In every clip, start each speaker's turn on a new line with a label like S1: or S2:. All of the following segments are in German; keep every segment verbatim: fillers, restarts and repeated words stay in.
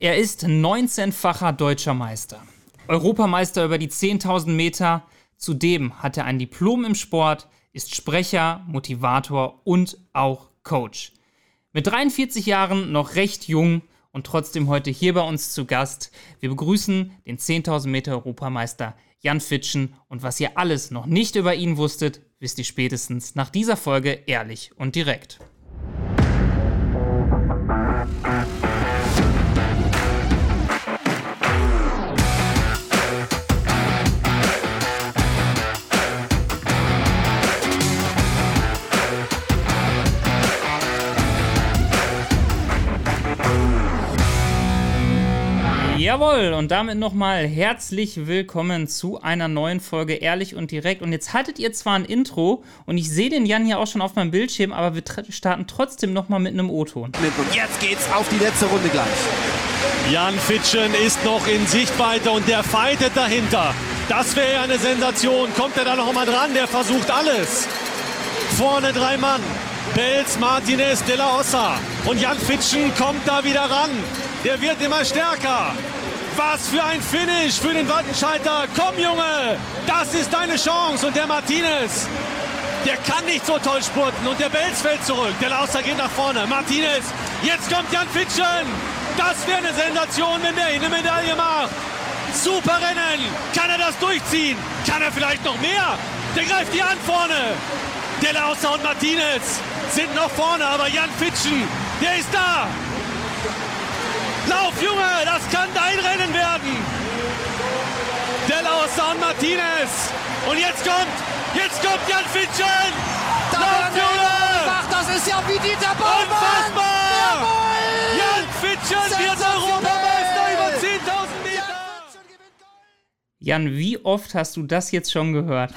S1: Er ist neunzehnfacher deutscher Meister, Europameister über die zehntausend Meter. Zudem hat er ein Diplom im Sport, ist Sprecher, Motivator und auch Coach. Mit dreiundvierzig Jahren noch recht jung und trotzdem heute hier bei uns zu Gast. Wir begrüßen den zehntausend Meter Europameister Jan Fitschen. Und was ihr alles noch nicht über ihn wusstet, wisst ihr spätestens nach dieser Folge ehrlich und direkt. Jawohl, und damit nochmal herzlich willkommen zu einer neuen Folge Ehrlich und Direkt. Und jetzt hattet ihr zwar ein Intro und ich sehe den Jan hier auch schon auf meinem Bildschirm, aber wir tr- starten trotzdem nochmal mit einem O-Ton.
S2: Und jetzt geht's auf die letzte Runde gleich.
S3: Jan Fitschen ist noch in Sichtweite und der fightet dahinter. Das wäre ja eine Sensation. Kommt er da noch mal dran? Der versucht alles. Vorne drei Mann. Belz, Martinez, De La Ossa. Und Jan Fitschen kommt da wieder ran. Der wird immer stärker. Was für ein Finish für den Wattenscheiter. Komm, Junge, das ist deine Chance. Und der Martinez, der kann nicht so toll spurten. Und der Belz fällt zurück. Der Lauster geht nach vorne. Martinez, jetzt kommt Jan Fitschen. Das wäre eine Sensation, wenn der eine Medaille macht. Super Rennen. Kann er das durchziehen? Kann er vielleicht noch mehr? Der greift die an vorne. Der Lauster und Martinez sind noch vorne. Aber Jan Fitschen, der ist da. Lauf, Junge, das kann dein Rennen werden. De La Ossa und Martinez. Und jetzt kommt, jetzt kommt Jan Fitschen.
S2: Da
S3: Lauf, Junge.
S2: Ach, das ist ja wie Dieter Baumann.
S3: Unfassbar.
S2: Jawohl.
S3: Jan Fitschen wird Europameister über zehntausend Meter.
S1: Jan, wie oft hast du das jetzt schon gehört?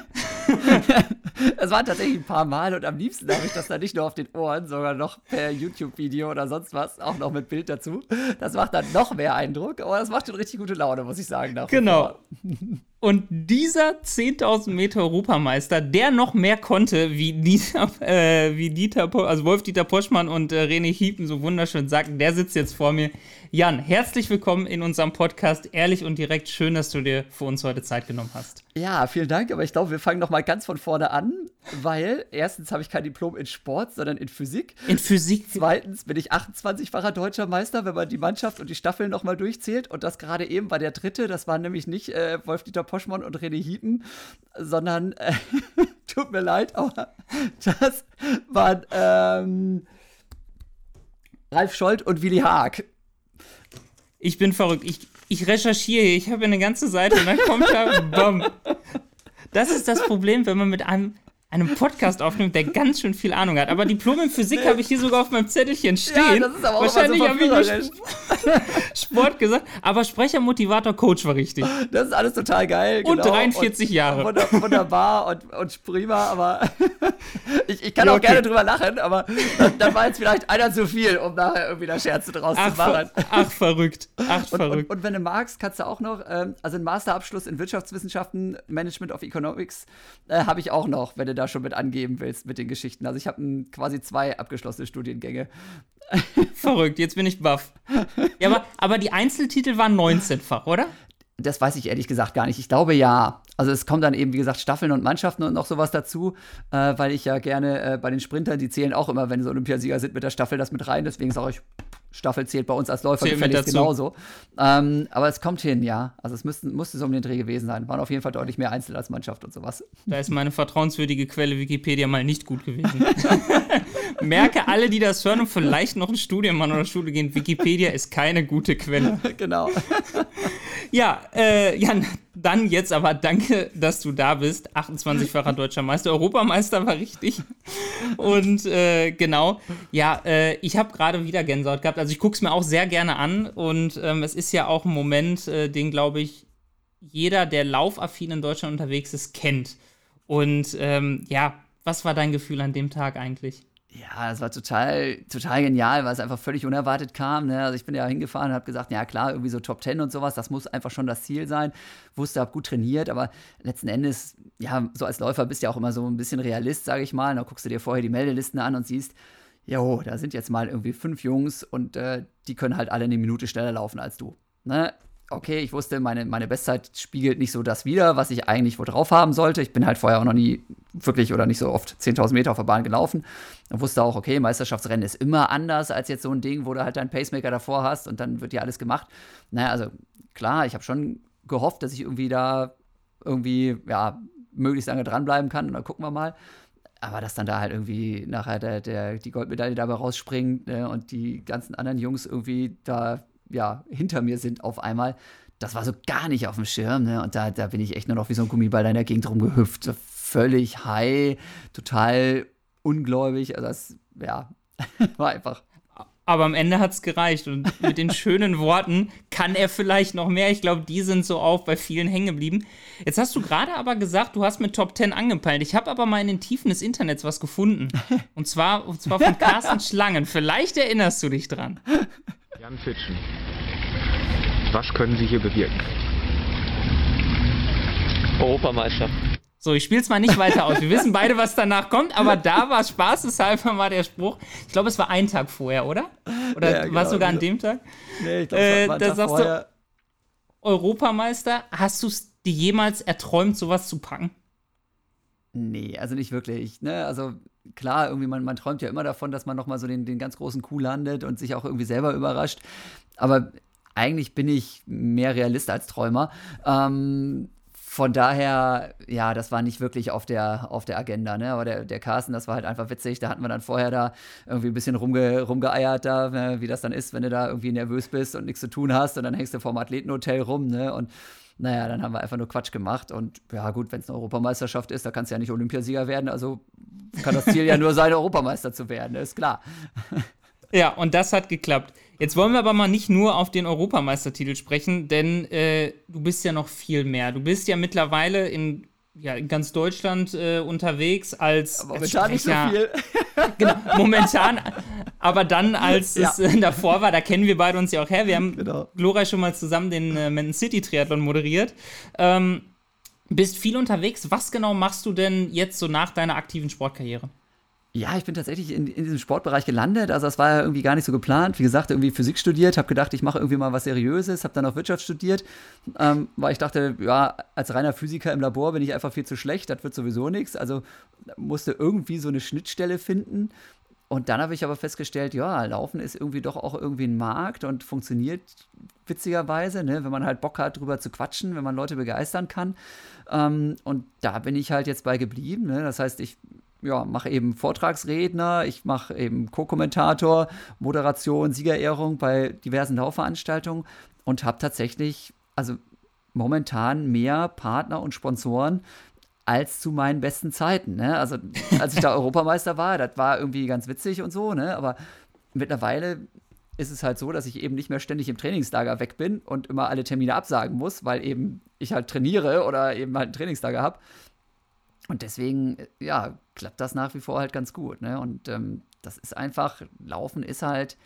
S4: Es waren tatsächlich ein paar Mal und am liebsten habe ich das dann nicht nur auf den Ohren, sondern noch per YouTube-Video oder sonst was, auch noch mit Bild dazu. Das macht dann noch mehr Eindruck, aber das macht schon richtig gute Laune, muss ich sagen. Nach wie
S1: Genau.
S4: vor.
S1: Und dieser zehntausend Meter Europameister, der noch mehr konnte, wie Dieter, äh, wie Dieter, also Wolf-Dieter Poschmann und äh, René Hiepen so wunderschön sagten, der sitzt jetzt vor mir. Jan, herzlich willkommen in unserem Podcast Ehrlich und Direkt. Schön, dass du dir für uns heute Zeit genommen hast.
S4: Ja, vielen Dank, aber ich glaube, wir fangen noch mal ganz von vorne an, weil erstens habe ich kein Diplom in Sport, sondern in Physik.
S1: In Physik?
S4: Zweitens bin ich achtundzwanzigfacher deutscher Meister, wenn man die Mannschaft und die Staffeln noch mal durchzählt. Und das gerade eben war der dritte, das war nämlich nicht äh, Wolf-Dieter Poschmann und René Hiepen, sondern, äh, tut mir leid, aber das waren ähm, Ralf Scholz und Willi Haag.
S1: Ich bin verrückt. Ich, ich recherchiere hier. Ich habe eine ganze Seite und dann kommt da Bom. Das ist das Problem, wenn man mit einem, einem Podcast aufnimmt, der ganz schön viel Ahnung hat. Aber Diplom in Physik habe ich hier sogar auf meinem Zettelchen stehen.
S4: Ja, das ist aber auch
S1: Wahrscheinlich
S4: immer so
S1: habe ich
S4: verführerisch.
S1: nur Sport gesagt. Aber Sprecher, Motivator, Coach war richtig.
S4: Das ist alles total geil.
S1: Und
S4: genau.
S1: dreiundvierzig
S4: und,
S1: Jahre.
S4: Wunder, wunderbar und, und prima, aber ich, ich kann
S1: Ja,
S4: auch
S1: okay.
S4: gerne drüber lachen, aber dann, dann war jetzt vielleicht einer zu viel, um nachher irgendwie da Scherze draus
S1: Ach,
S4: zu machen.
S1: ver- ach, verrückt. Ach,
S4: Und,
S1: verrückt.
S4: und, und wenn du magst, kannst du auch noch, ähm, also einen Masterabschluss in Wirtschaftswissenschaften, Management of Economics, äh, habe ich auch noch, wenn du da schon mit angeben willst mit den Geschichten. Also ich habe quasi zwei abgeschlossene Studiengänge.
S1: Verrückt, jetzt bin ich baff. Ja, aber, aber die Einzeltitel waren neunzehnfach, oder?
S4: Das weiß ich ehrlich gesagt gar nicht. Ich glaube ja. Also es kommen dann eben, wie gesagt, Staffeln und Mannschaften und noch sowas dazu, äh, weil ich ja gerne äh, bei den Sprintern, die zählen auch immer, wenn sie Olympiasieger sind, mit der Staffel das mit rein. Deswegen sage ich, Staffel zählt bei uns als Läufer
S1: Zählt mit
S4: gefälligst
S1: dazu.
S4: genauso. Ähm, aber es kommt hin, ja. Also es müssten, musste so um den Dreh gewesen sein. Waren auf jeden Fall deutlich mehr Einzel als Mannschaft und sowas.
S1: Da ist meine vertrauenswürdige Quelle Wikipedia mal nicht gut gewesen. Merke alle, die das hören und vielleicht noch ein Studienmann oder Schule gehen, Wikipedia ist keine gute Quelle.
S4: Genau.
S1: Ja, äh, Jan, dann jetzt aber danke, dass du da bist. achtundzwanzigfacher deutscher Meister, Europameister war richtig. Und äh, genau, ja, äh, ich habe gerade wieder Gänsehaut gehabt. Also ich gucke es mir auch sehr gerne an und ähm, es ist ja auch ein Moment, äh, den, glaube ich, jeder, der laufaffin in Deutschland unterwegs ist, kennt. Und ähm, ja, was war dein Gefühl an dem Tag eigentlich?
S4: Ja, es war total, total genial, weil es einfach völlig unerwartet kam. Ne? Also ich bin ja hingefahren und habe gesagt, ja klar, irgendwie so Top Ten und sowas, das muss einfach schon das Ziel sein. Wusste, habe gut trainiert, aber letzten Endes, ja, so als Läufer bist du ja auch immer so ein bisschen Realist, sage ich mal. Da guckst du dir vorher die Meldelisten an und siehst, jo, da sind jetzt mal irgendwie fünf Jungs und äh, die können halt alle eine Minute schneller laufen als du. Ne? Okay, ich wusste, meine, meine Bestzeit spiegelt nicht so das wider, was ich eigentlich wo drauf haben sollte. Ich bin halt vorher auch noch nie wirklich oder nicht so oft zehntausend Meter auf der Bahn gelaufen. Und wusste auch, okay, Meisterschaftsrennen ist immer anders als jetzt so ein Ding, wo du halt deinen Pacemaker davor hast und dann wird dir alles gemacht. Naja, also klar, ich habe schon gehofft, dass ich irgendwie da irgendwie, ja, möglichst lange dranbleiben kann und dann gucken wir mal. Aber dass dann da halt irgendwie nachher der, der, die Goldmedaille dabei rausspringt, ne, und die ganzen anderen Jungs irgendwie da ja, hinter mir sind auf einmal, das war so gar nicht auf dem Schirm, ne? Und da, da bin ich echt nur noch wie so ein Gummiball da in der Gegend rumgehüpft, so völlig high, total ungläubig, also das, ja, war einfach.
S1: Aber am Ende hat's gereicht und mit den schönen Worten kann er vielleicht noch mehr. Ich glaube, die sind so auch bei vielen hängen geblieben. Jetzt hast du gerade aber gesagt, du hast mit Top zehn angepeilt. Ich habe aber mal in den Tiefen des Internets was gefunden. Und zwar, und zwar von Carsten Schlangen. Vielleicht erinnerst du dich dran.
S5: Jan Fitschen. Was können Sie hier bewirken?
S6: Europameister.
S1: So, ich spiele es mal nicht weiter aus. Wir wissen beide, was danach kommt, aber da war spaßeshalber mal der Spruch. Ich glaube, es war ein Tag vorher, oder? Oder
S4: ja,
S1: war
S4: genau,
S1: es sogar an
S4: genau.
S1: dem Tag?
S4: Nee, ich glaube, es war ein
S1: äh, da
S4: Tag
S1: sagst
S4: vorher.
S1: du, Europameister, hast du es dir jemals erträumt, sowas zu packen?
S4: Nee, also nicht wirklich. Ne? Also klar, irgendwie man, man träumt ja immer davon, dass man nochmal so den, den ganz großen Coup landet und sich auch irgendwie selber überrascht. Aber eigentlich bin ich mehr Realist als Träumer. Ähm, von daher, ja, das war nicht wirklich auf der, auf der Agenda. Ne? Aber der, der Carsten, das war halt einfach witzig. Da hatten wir dann vorher da irgendwie ein bisschen rumge, rumgeeiert, da, ne? Wie das dann ist, wenn du da irgendwie nervös bist und nichts zu tun hast und dann hängst du vorm Athletenhotel rum. Ne? Und naja, dann haben wir einfach nur Quatsch gemacht. Und ja gut, wenn es eine Europameisterschaft ist, da kannst du ja nicht Olympiasieger werden. Also kann das Ziel ja nur sein, Europameister zu werden, ist klar.
S1: Ja, und das hat geklappt. Jetzt wollen wir aber mal nicht nur auf den Europameistertitel sprechen, denn äh, du bist ja noch viel mehr. Du bist ja mittlerweile in, ja, in ganz Deutschland äh, unterwegs als
S4: Aber momentan nicht so
S1: Sprecher.
S4: viel.
S1: Genau, momentan, aber dann, als
S4: Ja.
S1: es äh, davor war, da kennen wir beide uns ja auch her. Wir haben
S4: Genau.
S1: glorreich schon mal zusammen den äh, Man City Triathlon moderiert. Ähm, bist viel unterwegs. Was genau machst du denn jetzt so nach deiner aktiven Sportkarriere?
S4: Ja, ich bin tatsächlich in, in diesem Sportbereich gelandet. Also das war ja irgendwie gar nicht so geplant. Wie gesagt, irgendwie Physik studiert, habe gedacht, ich mache irgendwie mal was Seriöses, habe dann auch Wirtschaft studiert, ähm, weil ich dachte, ja, als reiner Physiker im Labor bin ich einfach viel zu schlecht, das wird sowieso nichts. Also musste irgendwie so eine Schnittstelle finden. Und dann habe ich aber festgestellt, ja, Laufen ist irgendwie doch auch irgendwie ein Markt und funktioniert witzigerweise, ne, wenn man halt Bock hat, drüber zu quatschen, wenn man Leute begeistern kann. Ähm, und da bin ich halt jetzt bei geblieben. Ne? Das heißt, ich ja, mache eben Vortragsredner, ich mache eben Co-Kommentator, Moderation, Siegerehrung bei diversen Laufveranstaltungen und habe tatsächlich, also momentan mehr Partner und Sponsoren als zu meinen besten Zeiten. Ne? Also als ich da Europameister war, das war irgendwie ganz witzig und so, ne? Aber mittlerweile ist es halt so, dass ich eben nicht mehr ständig im Trainingslager weg bin und immer alle Termine absagen muss, weil eben ich halt trainiere oder eben halt ein Trainingslager habe. Und deswegen, ja, klappt das nach wie vor halt ganz gut, ne? Und ähm, das ist einfach, Laufen ist halt,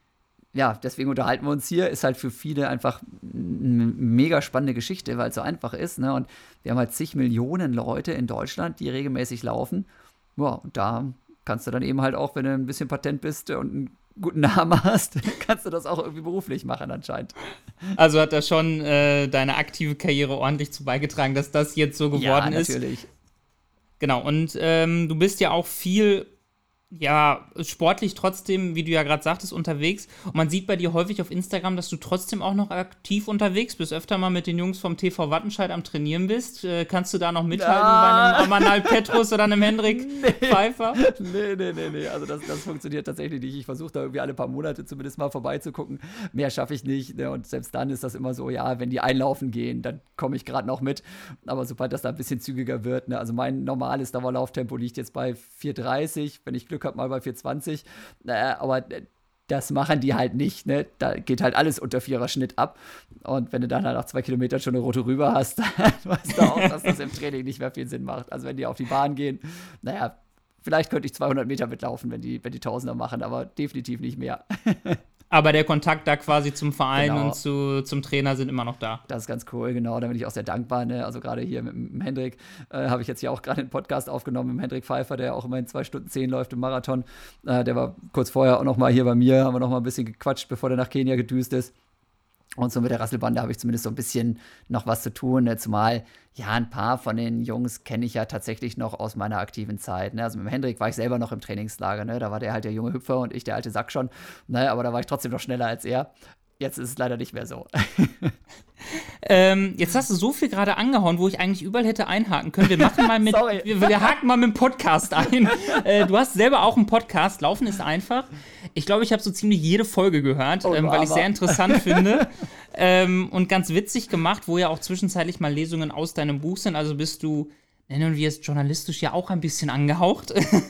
S4: ja, deswegen unterhalten wir uns hier, ist halt für viele einfach eine mega spannende Geschichte, weil es so einfach ist, ne? Und wir haben halt zig Millionen Leute in Deutschland, die regelmäßig laufen. Ja, und da kannst du dann eben halt auch, wenn du ein bisschen patent bist und einen guten Namen hast, kannst du das auch irgendwie beruflich machen anscheinend.
S1: Also hat da schon äh, deine aktive Karriere ordentlich zu beigetragen, dass das jetzt so geworden
S4: ja,
S1: ist.
S4: natürlich.
S1: Genau, und ähm, du bist ja auch viel, ja, sportlich trotzdem, wie du ja gerade sagtest, unterwegs. Und man sieht bei dir häufig auf Instagram, dass du trotzdem auch noch aktiv unterwegs bist, öfter mal mit den Jungs vom T V Wattenscheid am Trainieren bist. Äh, kannst du da noch mithalten
S4: Ah.
S1: bei einem Amanal Petrus oder einem Hendrik
S4: Nee.
S1: Pfeiffer?
S4: Nee, nee, nee, nee. Also das, das funktioniert tatsächlich nicht. Ich versuche da irgendwie alle paar Monate zumindest mal vorbeizugucken. Mehr schaffe ich nicht. Ne? Und selbst dann ist das immer so, ja, wenn die einlaufen gehen, dann komme ich gerade noch mit. Aber sobald das da ein bisschen zügiger wird, ne? Also mein normales Dauerlauftempo liegt jetzt bei vier dreißig, wenn ich Glück habe, mal bei vier zwanzig. Äh, aber das machen die halt nicht, ne? Da geht halt alles unter Vierer Schnitt ab. Und wenn du dann halt nach zwei Kilometern schon eine rote rüber hast, dann weißt du auch, dass das im Training nicht mehr viel Sinn macht. Also wenn die auf die Bahn gehen, naja, vielleicht könnte ich zweihundert Meter mitlaufen, wenn die, wenn die Tausender machen, aber definitiv nicht mehr.
S1: Aber der Kontakt da quasi zum Verein
S4: Genau.
S1: und zu, zum Trainer sind immer noch da.
S4: Das ist ganz cool, genau. Da bin ich auch sehr dankbar. Ne? Also gerade hier mit dem Hendrik äh, habe ich jetzt ja auch gerade einen Podcast aufgenommen mit dem Hendrik Pfeiffer, der auch immer in zwei Stunden zehn läuft im Marathon. Äh, der war kurz vorher auch noch mal hier bei mir, haben wir noch mal ein bisschen gequatscht, bevor der nach Kenia gedüst ist. Und so mit der Rasselbande habe ich zumindest so ein bisschen noch was zu tun, ne? Zumal, ja, ein paar von den Jungs kenne ich ja tatsächlich noch aus meiner aktiven Zeit. Ne? Also mit dem Hendrik war ich selber noch im Trainingslager, ne? Da war der halt der junge Hüpfer und ich der alte Sack schon. Ne? Aber da war ich trotzdem noch schneller als er. Jetzt ist es leider nicht mehr so.
S1: Ähm, jetzt hast du so viel gerade angehauen, wo ich eigentlich überall hätte einhaken können. Wir machen mal mit,
S4: Sorry.
S1: wir, wir haken mal mit dem Podcast ein. Äh, du hast selber auch einen Podcast. Laufen ist einfach. Ich glaube, ich habe so ziemlich jede Folge gehört,
S4: Oh,
S1: ähm, weil ich
S4: aber.
S1: sehr interessant finde. Ähm, und ganz witzig gemacht, wo ja auch zwischenzeitlich mal Lesungen aus deinem Buch sind. Also bist du, nennen wir es journalistisch, ja auch ein bisschen angehaucht.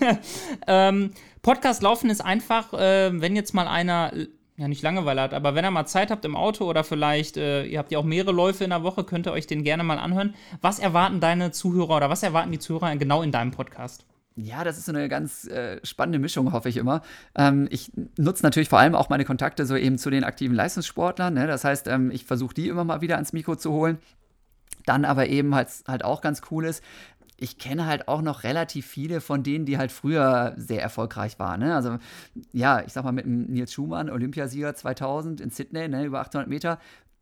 S1: ähm, Podcast Laufen ist einfach, äh, wenn jetzt mal einer ja nicht Langeweile hat, aber wenn ihr mal Zeit habt im Auto oder vielleicht, äh, ihr habt ja auch mehrere Läufe in der Woche, könnt ihr euch den gerne mal anhören. Was erwarten deine Zuhörer oder was erwarten die Zuhörer genau in deinem Podcast?
S4: Ja, das ist so eine ganz äh, spannende Mischung, hoffe ich immer. Ähm, ich nutze natürlich vor allem auch meine Kontakte so eben zu den aktiven Leistungssportlern. Ne? Das heißt, ähm, ich versuche die immer mal wieder ans Mikro zu holen. Dann aber eben halt, halt auch ganz cool ist, ich kenne halt auch noch relativ viele von denen, die halt früher sehr erfolgreich waren. Ne? Also ja, ich sag mal mit dem Nils Schumann, Olympiasieger zweitausend in Sydney, ne, über achthundert Meter,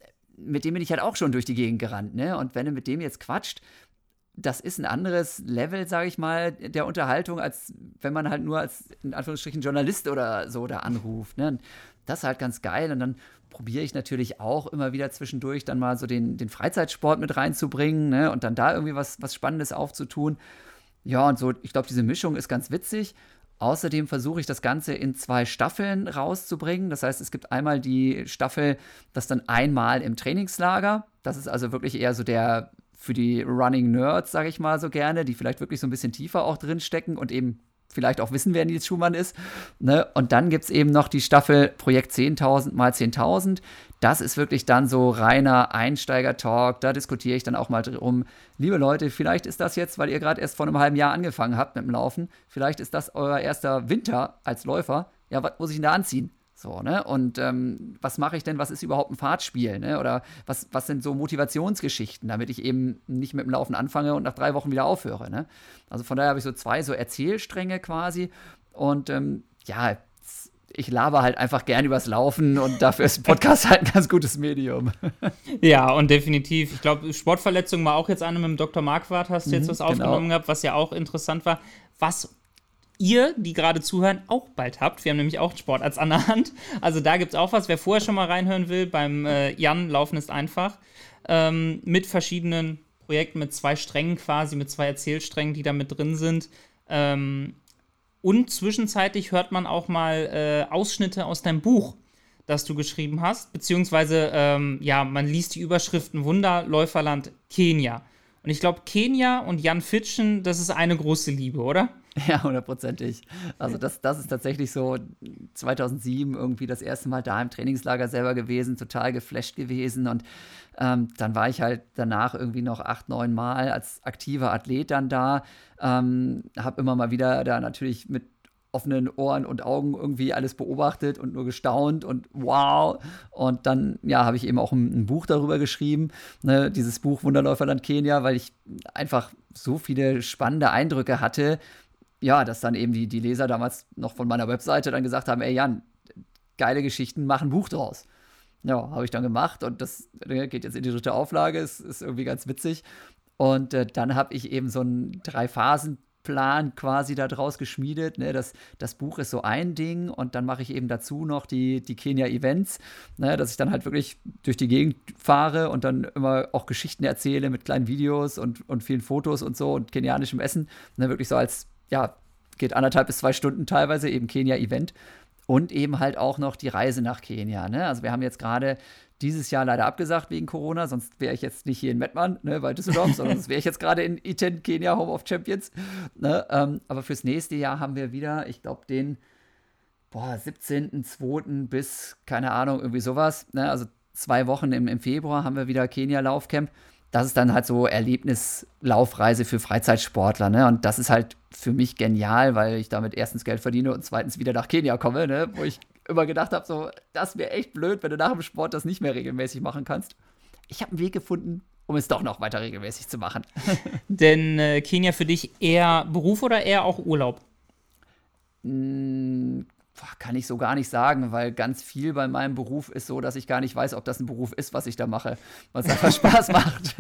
S4: mit dem bin ich halt auch schon durch die Gegend gerannt. Ne? Und wenn du mit dem jetzt quatscht, das ist ein anderes Level, sage ich mal, der Unterhaltung, als wenn man halt nur als, in Anführungsstrichen, Journalist oder so da anruft. Ne? Und das ist halt ganz geil. Und dann probiere ich natürlich auch immer wieder zwischendurch dann mal so den, den Freizeitsport mit reinzubringen, ne? Und dann da irgendwie was, was Spannendes aufzutun. Ja, und so, ich glaube, diese Mischung ist ganz witzig. Außerdem versuche ich das Ganze in zwei Staffeln rauszubringen. Das heißt, es gibt einmal die Staffel, das dann einmal im Trainingslager. Das ist also wirklich eher so der für die Running Nerds, sage ich mal so gerne, die vielleicht wirklich so ein bisschen tiefer auch drin stecken und eben vielleicht auch wissen, wer Nils Schumann ist. Ne? Und dann gibt es eben noch die Staffel Projekt zehntausend mal zehntausend. Das ist wirklich dann so reiner Einsteiger-Talk. Da diskutiere ich dann auch mal drum. Liebe Leute, vielleicht ist das jetzt, weil ihr gerade erst vor einem halben Jahr angefangen habt mit dem Laufen, vielleicht ist das euer erster Winter als Läufer. Ja, was muss ich denn da anziehen? So, ne? Und ähm, was mache ich denn? Was ist überhaupt ein Fahrtspiel? Ne? Oder was, was sind so Motivationsgeschichten, damit ich eben nicht mit dem Laufen anfange und nach drei Wochen wieder aufhöre? Ne? Also von daher habe ich so zwei so Erzählstränge quasi. Und ähm, ja, ich laber halt einfach gern übers Laufen und dafür ist ein Podcast halt ein ganz gutes Medium.
S1: Ja, und definitiv. Ich glaube, Sportverletzung war auch jetzt eine mit dem Doktor Marquardt, hast du jetzt
S4: Mhm,
S1: was aufgenommen
S4: genau.
S1: gehabt, was ja auch interessant war. Was ihr, die gerade zuhören, auch bald habt. Wir haben nämlich auch einen Sportarzt an der Hand. Also da gibt es auch was. Wer vorher schon mal reinhören will, beim äh, Jan, Laufen ist einfach. Ähm, mit verschiedenen Projekten, mit zwei Strängen quasi, mit zwei Erzählsträngen, die da mit drin sind. Ähm, und zwischenzeitlich hört man auch mal äh, Ausschnitte aus deinem Buch, das du geschrieben hast. Beziehungsweise, ähm, ja, man liest die Überschriften Wunderläuferland Kenia. Und ich glaube, Kenia und Jan Fitschen, das ist eine große Liebe, oder?
S4: Ja, hundertprozentig. Also das, das ist tatsächlich so zweitausendsieben irgendwie das erste Mal da im Trainingslager selber gewesen, total geflasht gewesen und ähm, dann war ich halt danach irgendwie noch acht, neun Mal als aktiver Athlet dann da, ähm, habe immer mal wieder da natürlich mit offenen Ohren und Augen irgendwie alles beobachtet und nur gestaunt und wow. Und dann, ja, habe ich eben auch ein, ein Buch darüber geschrieben, ne, dieses Buch Wunderläuferland Kenia, weil ich einfach so viele spannende Eindrücke hatte, ja, dass dann eben die, die Leser damals noch von meiner Webseite dann gesagt haben, ey Jan, geile Geschichten, mach ein Buch draus. Ja, habe ich dann gemacht und das geht jetzt in die dritte Auflage, ist, ist irgendwie ganz witzig. Und äh, dann habe ich eben so einen Drei-Phasen-Plan quasi da draus geschmiedet. Ne? Das, das Buch ist so ein Ding und dann mache ich eben dazu noch die, die Kenia-Events, ne? Dass ich dann halt wirklich durch die Gegend fahre und dann immer auch Geschichten erzähle mit kleinen Videos und, und vielen Fotos und so und kenianischem Essen. Ne? Wirklich so als, ja, geht anderthalb bis zwei Stunden teilweise, eben Kenia-Event. Und eben halt auch noch die Reise nach Kenia. Ne? Also wir haben jetzt gerade dieses Jahr leider abgesagt wegen Corona, sonst wäre ich jetzt nicht hier in Mettmann, ne, bei Düsseldorf, sondern sonst wäre ich jetzt gerade in Iten, Kenia, Home of Champions. Ne? Ähm, aber fürs nächste Jahr haben wir wieder, ich glaube, den boah, siebzehnten zweiten bis, keine Ahnung, irgendwie sowas. Ne? Also zwei Wochen im, im Februar haben wir wieder Kenia-Laufcamp. Das ist dann halt so Erlebnislaufreise für Freizeitsportler, ne? Und das ist halt für mich genial, weil ich damit erstens Geld verdiene und zweitens wieder nach Kenia komme, ne? Wo ich immer gedacht habe, so, das wäre echt blöd, wenn du nach dem Sport das nicht mehr regelmäßig machen kannst. Ich habe einen Weg gefunden, um es doch noch weiter regelmäßig zu machen.
S1: Denn äh, Kenia für dich eher Beruf oder eher auch Urlaub?
S4: Hm, kann ich so gar nicht sagen, weil ganz viel bei meinem Beruf ist so, dass ich gar nicht weiß, ob das ein Beruf ist, was ich da mache, was einfach Spaß macht.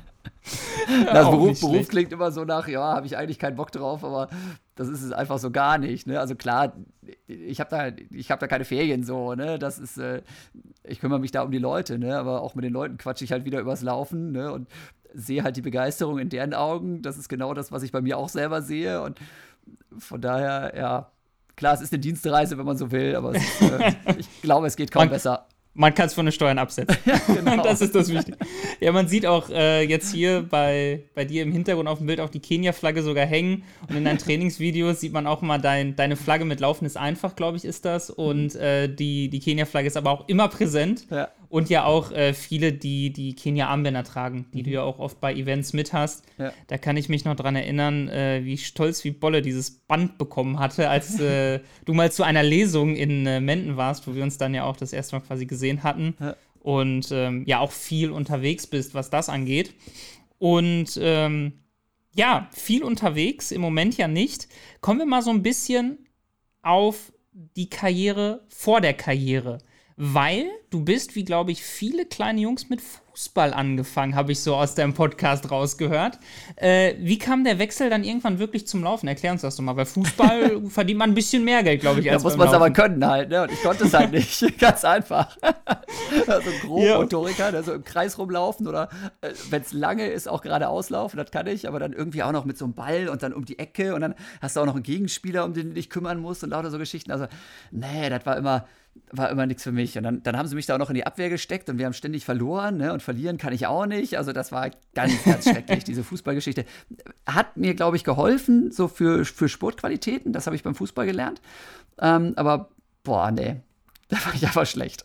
S4: Das Beruf, Beruf klingt immer so nach, ja, habe ich eigentlich keinen Bock drauf, aber das ist es einfach so gar nicht. Ne? Also klar, ich habe da, ich hab da keine Ferien so, ne? Das ist, äh, ich kümmere mich da um die Leute, ne? Aber auch mit den Leuten quatsche ich halt wieder übers Laufen, ne? Und sehe halt die Begeisterung in deren Augen. Das ist genau das, was ich bei mir auch selber sehe. Und von daher, ja, klar, es ist eine Dienstreise, wenn man so will, aber es ist, äh, ich glaube, es geht kaum
S1: man,
S4: besser.
S1: Man kann es von den Steuern absetzen.
S4: Ja, genau.
S1: Das ist das Wichtige. Ja, man sieht auch äh, jetzt hier bei, bei dir im Hintergrund auf dem Bild auch die Kenia-Flagge sogar hängen. Und in deinen Trainingsvideos sieht man auch mal dein, deine Flagge mit Laufen ist einfach, glaube ich, ist das. Und äh, die, die Kenia-Flagge ist aber auch immer präsent.
S4: Ja.
S1: Und ja auch äh, viele, die die Kenia-Armbänder tragen, die
S4: mhm.
S1: du ja auch oft bei Events mit hast.
S4: Ja.
S1: Da kann ich mich noch dran erinnern, äh, wie stolz wie Bolle dieses Band bekommen hatte, als äh, du mal zu einer Lesung in äh, Menden warst, wo wir uns dann ja auch das erste Mal quasi gesehen hatten. Ja. Und ähm, ja auch viel unterwegs bist, was das angeht. Und ähm, ja, viel unterwegs, im Moment ja nicht. Kommen wir mal so ein bisschen auf die Karriere vor der Karriere. Weil du bist, wie glaube ich, viele kleine Jungs mit Fußball angefangen, habe ich so aus deinem Podcast rausgehört. Äh, wie kam der Wechsel dann irgendwann wirklich zum Laufen? Erklär uns das doch mal. Bei Fußball verdient man ein bisschen mehr Geld, glaube ich, als
S4: da muss man es aber können halt, ne? Und ich konnte es halt nicht. Ganz einfach. Also Grobmotoriker, ja. So im Kreis rumlaufen oder äh, wenn es lange ist, auch geradeaus laufen, das kann ich, aber dann irgendwie auch noch mit so einem Ball und dann um die Ecke und dann hast du auch noch einen Gegenspieler, um den du dich kümmern musst und lauter so Geschichten. Also, nee, das war immer war immer nichts für mich. Und dann, dann haben sie mich da auch noch in die Abwehr gesteckt und wir haben ständig verloren, ne? Und verlieren kann ich auch nicht. Also das war ganz, ganz schrecklich, diese Fußballgeschichte. Hat mir, glaube ich, geholfen, so für, für Sportqualitäten. Das habe ich beim Fußball gelernt. Ähm, aber, boah, nee, da war ich einfach schlecht.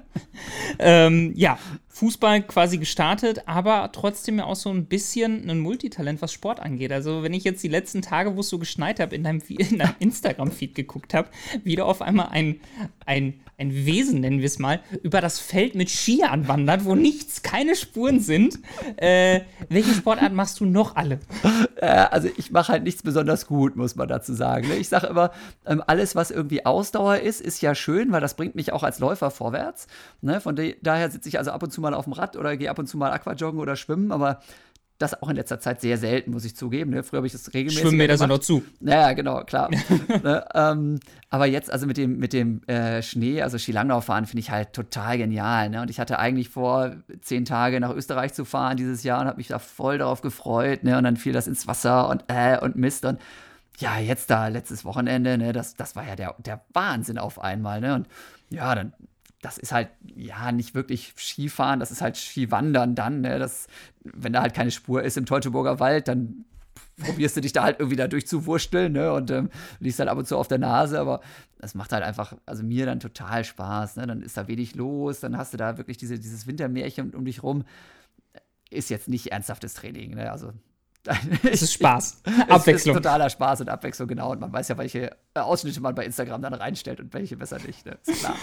S1: ähm, ja, Fußball quasi gestartet, aber trotzdem ja auch so ein bisschen ein Multitalent, was Sport angeht. Also wenn ich jetzt die letzten Tage, wo es so geschneit habe, in deinem, in deinem Instagram-Feed geguckt habe, wieder auf einmal ein, ein, ein Wesen, nennen wir es mal, über das Feld mit Ski anwandert, wo nichts, keine Spuren sind. Äh, welche Sportart machst du noch alle?
S4: Äh, also ich mache halt nichts besonders gut, muss man dazu sagen. Ich sage immer, ähm, alles, was irgendwie Ausdauer ist, ist ja schön, weil das bringt mich auch als Läufer vorwärts. Ne? Von de- daher sitze ich also ab und zu mal auf dem Rad oder gehe ab und zu mal Aquajoggen oder schwimmen, aber das auch in letzter Zeit sehr selten, muss ich zugeben. Ne? Früher habe ich das regelmäßig
S1: Schwimmmeter sind noch zu.
S4: Naja, genau, klar. ne? ähm, aber jetzt, also mit dem, mit dem äh, Schnee, also Skilanglauf fahren, finde ich halt total genial. Ne? Und ich hatte eigentlich vor, zehn Tage nach Österreich zu fahren dieses Jahr und habe mich da voll darauf gefreut. Ne? Und dann fiel das ins Wasser und äh, und Mist. Und ja, jetzt da, letztes Wochenende, ne? das, das war ja der, der Wahnsinn auf einmal. Ne? Und ja, dann das ist halt, ja, nicht wirklich Skifahren, das ist halt Skiwandern dann, ne? Das, wenn da halt keine Spur ist im Teutoburger Wald, dann probierst du dich da halt irgendwie da durchzuwursteln, ne? Und ähm, liegst halt ab und zu auf der Nase, aber das macht halt einfach, also mir dann total Spaß, ne? Dann ist da wenig los, dann hast du da wirklich diese, dieses Wintermärchen um dich rum. Ist jetzt nicht ernsthaftes Training, ne? Also
S1: es ist Spaß. Abwechslung.
S4: Es ist totaler Spaß und Abwechslung, genau. Und man weiß ja, welche Ausschnitte man bei Instagram dann reinstellt und welche besser nicht. Ne? Ist klar.